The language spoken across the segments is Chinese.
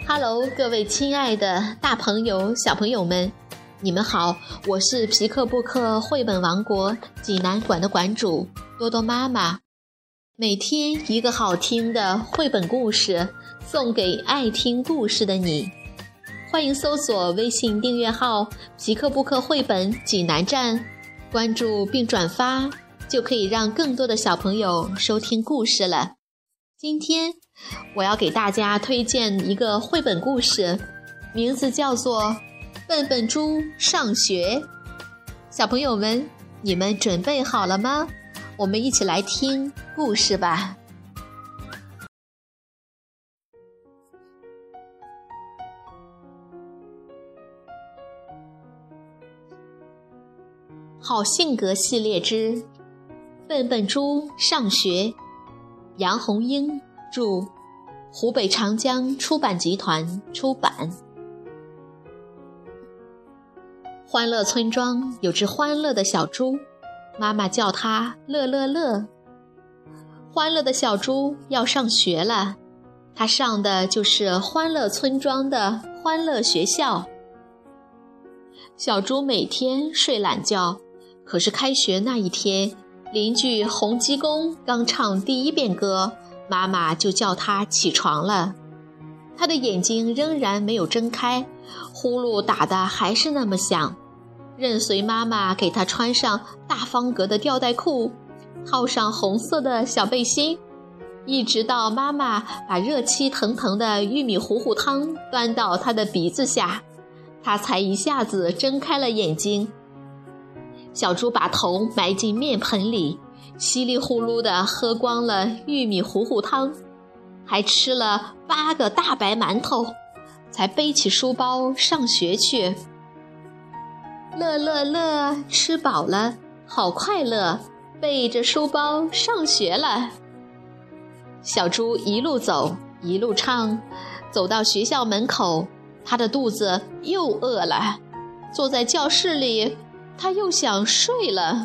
Hello， 各位亲爱的大朋友、小朋友们，你们好，我是皮克布克绘本王国济南馆的馆主多多妈妈。每天一个好听的绘本故事，送给爱听故事的你。欢迎搜索微信订阅号皮克布克绘本济南站，关注并转发，就可以让更多的小朋友收听故事了。今天我要给大家推荐一个绘本故事，名字叫做《笨笨猪上学》。小朋友们，你们准备好了吗？我们一起来听故事吧。好性格系列之笨笨猪上学，杨红樱著，湖北长江出版集团出版。欢乐村庄有只欢乐的小猪，妈妈叫它乐乐乐。欢乐的小猪要上学了，它上的就是欢乐村庄的欢乐学校。小猪每天睡懒觉，可是开学那一天，邻居洪鸡公刚唱第一遍歌，妈妈就叫他起床了。他的眼睛仍然没有睁开，呼噜打得还是那么响。任随妈妈给他穿上大方格的吊带裤，套上红色的小背心，一直到妈妈把热气腾腾的玉米糊糊汤端到他的鼻子下，他才一下子睁开了眼睛。小猪把头埋进面盆里，稀里呼噜地喝光了玉米糊糊汤，还吃了8个大白馒头，才背起书包上学去。乐乐乐吃饱了，好快乐，背着书包上学了。小猪一路走一路唱，走到学校门口，他的肚子又饿了，坐在教室里，他又想睡了。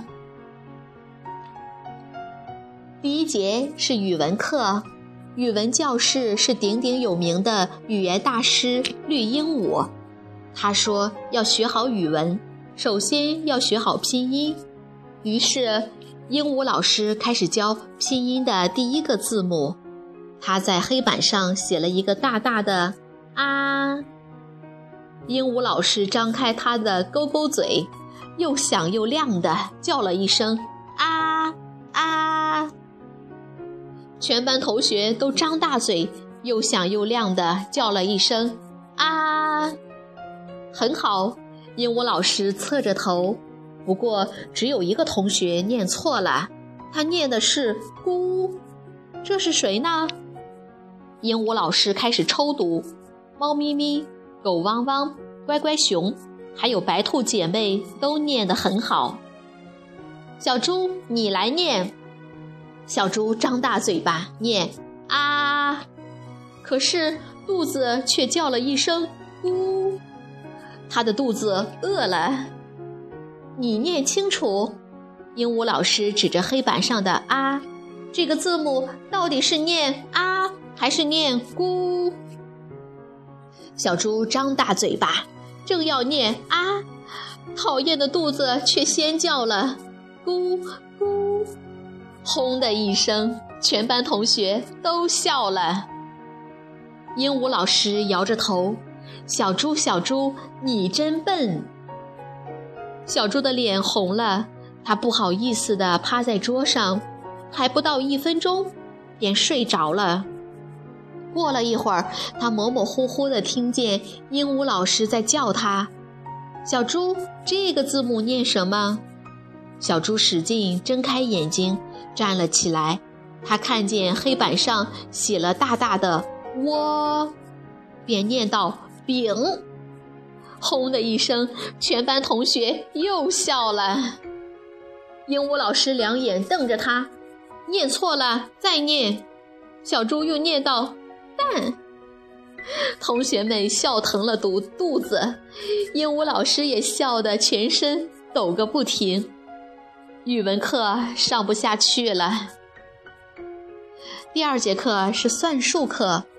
第一节是语文课，语文教室是鼎鼎有名的语言大师绿鹦鹉。他说要学好语文，首先要学好拼音。于是鹦鹉老师开始教拼音的第一个字母，他在黑板上写了一个大大的啊。鹦鹉老师张开他的勾勾嘴，又响又亮地叫了一声啊啊。全班同学都张大嘴，又响又亮地叫了一声啊。很好，鹦鹉老师侧着头，不过只有一个同学念错了，他念的是咕。这是谁呢？鹦鹉老师开始抽读，猫咪咪、狗汪汪、乖乖熊还有白兔姐妹都念得很好。小猪，你来念。小猪张大嘴巴念啊，可是肚子却叫了一声咕，他的肚子饿了。你念清楚。鹦鹉老师指着黑板上的啊，这个字母到底是念啊还是念咕？小猪张大嘴巴，正要念啊，讨厌的肚子却先叫了咕咕。轰的一声，全班同学都笑了。鹦鹉老师摇着头，小猪小猪，你真笨。小猪的脸红了，他不好意思地趴在桌上，还不到1分钟便睡着了。过了一会儿，他模模糊糊地听见鹦鹉老师在叫他，小猪，这个字母念什么？小猪使劲睁开眼睛，站了起来，他看见黑板上写了大大的窝，便念到饼。轰的一声，全班同学又笑了。鹦鹉老师两眼瞪着他，念错了再念。小猪又念到蛋。同学们笑疼了肚子，鹦鹉老师也笑得全身抖个不停。语文课上不下去了。第2节课是算术课，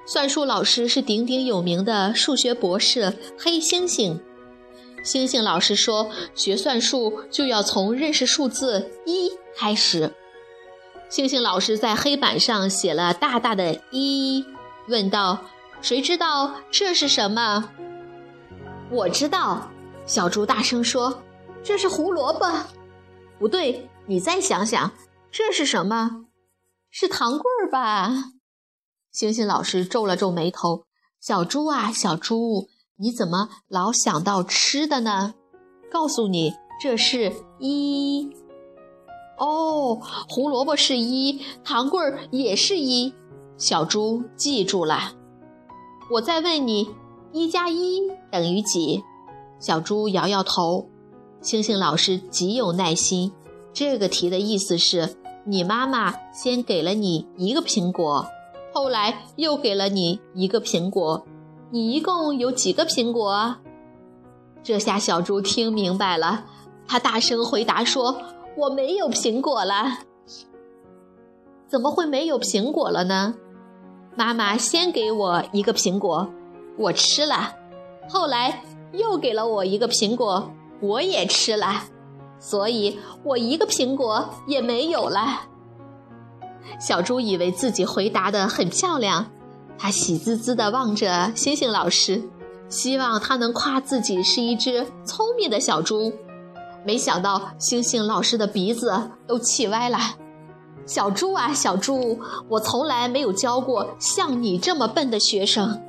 算术老师是鼎鼎有名的数学博士黑猩猩。猩猩老师说，学算术就要从认识数字1开始。猩猩老师在黑板上写了大大的1，问道：谁知道这是什么？我知道，小猪大声说，这是胡萝卜。不对，你再想想，这是什么？是糖棍儿吧？猩猩老师皱了皱眉头，小猪啊，小猪，你怎么老想到吃的呢？告诉你，这是1。哦，胡萝卜是1，糖棍儿也是1。小猪记住了。我再问你，1加1等于几？小猪摇摇头。猩猩老师极有耐心，这个题的意思是，你妈妈先给了你1个苹果，后来又给了你1个苹果，你一共有几个苹果？这下小猪听明白了，他大声回答说，我没有苹果了。怎么会没有苹果了呢？妈妈先给我1个苹果，我吃了，后来又给了我1个苹果，我也吃了，所以我1个苹果也没有了。小猪以为自己回答得很漂亮，他喜滋滋地望着猩猩老师，希望他能夸自己是一只聪明的小猪。没想到猩猩老师的鼻子都气歪了。小猪啊，小猪，我从来没有教过像你这么笨的学生。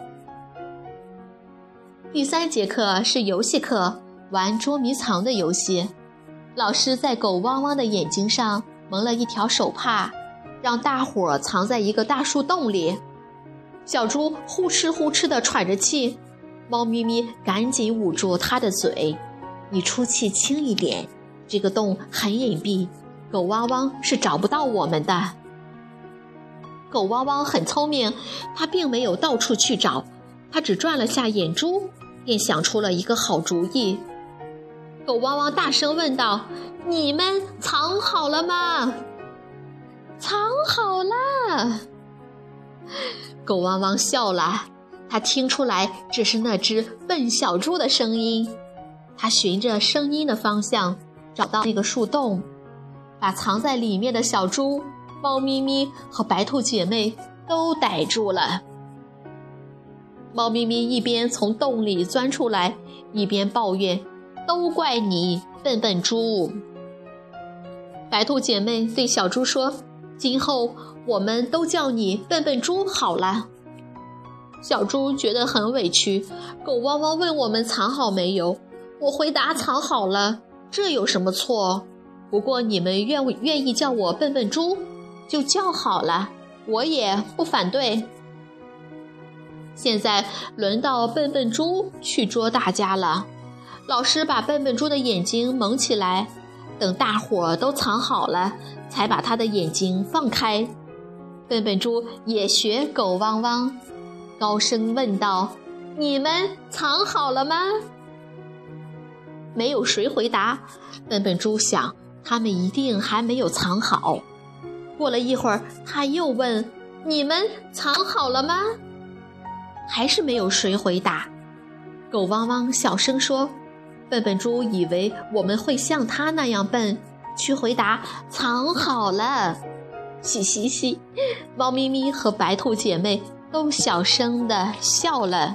第3节课是游戏课，玩捉迷藏的游戏。老师在狗汪汪的眼睛上蒙了一条手帕，让大伙藏在一个大树洞里。小猪呼哧呼哧地喘着气，猫咪咪赶紧捂住它的嘴，你出气轻一点，这个洞很隐蔽，狗汪汪是找不到我们的。狗汪汪很聪明，它并没有到处去找，它只转了下眼珠，便想出了一个好主意。狗汪汪大声问道，你们藏好了吗？藏好了。狗汪汪笑了，他听出来这是那只笨小猪的声音。他循着声音的方向找到那个树洞，把藏在里面的小猪、猫咪咪和白兔姐妹都逮住了。猫咪咪一边从洞里钻出来，一边抱怨，都怪你，笨笨猪。白兔姐妹对小猪说，今后我们都叫你笨笨猪好了。小猪觉得很委屈，狗汪汪问我们藏好没有，我回答藏好了，这有什么错？不过你们愿意叫我笨笨猪，就叫好了，我也不反对。现在轮到笨笨猪去捉大家了。老师把笨笨猪的眼睛蒙起来，等大伙都藏好了，才把他的眼睛放开。笨笨猪也学狗汪汪，高声问道，你们藏好了吗？没有谁回答。笨笨猪想，他们一定还没有藏好。过了一会儿，他又问，你们藏好了吗？还是没有谁回答。狗汪汪小声说，笨笨猪以为我们会像他那样笨，去回答藏好了。嘻嘻嘻，猫咪咪和白兔姐妹都小声地笑了。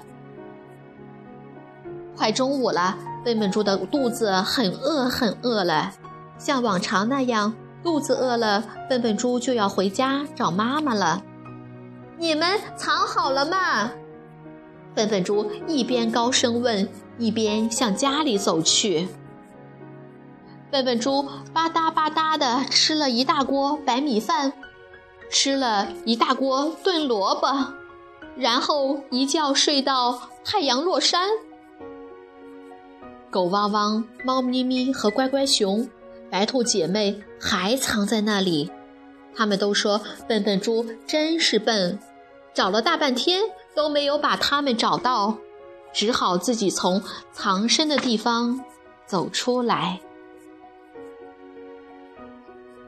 快中午了，笨笨猪的肚子很饿了，像往常那样，肚子饿了，笨笨猪就要回家找妈妈了。你们藏好了吗？笨笨猪一边高声问，一边向家里走去。笨笨猪吧嗒吧嗒地吃了一大锅白米饭，吃了一大锅炖萝卜，然后一觉睡到太阳落山。狗汪汪、猫咪咪和乖乖熊、白兔姐妹还藏在那里。他们都说笨笨猪真是笨，找了大半天都没有把他们找到，只好自己从藏身的地方走出来。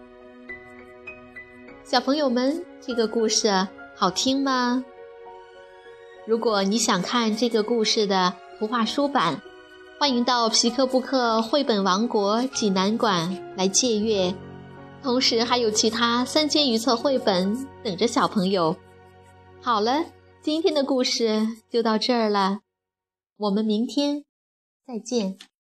小朋友们，这个故事好听吗？ 如果你想看这个故事的图画书版，欢迎到皮克布克绘本王国济南馆来借阅，同时还有其他3000余册绘本等着小朋友。好了，今天的故事就到这儿了，我们明天再见。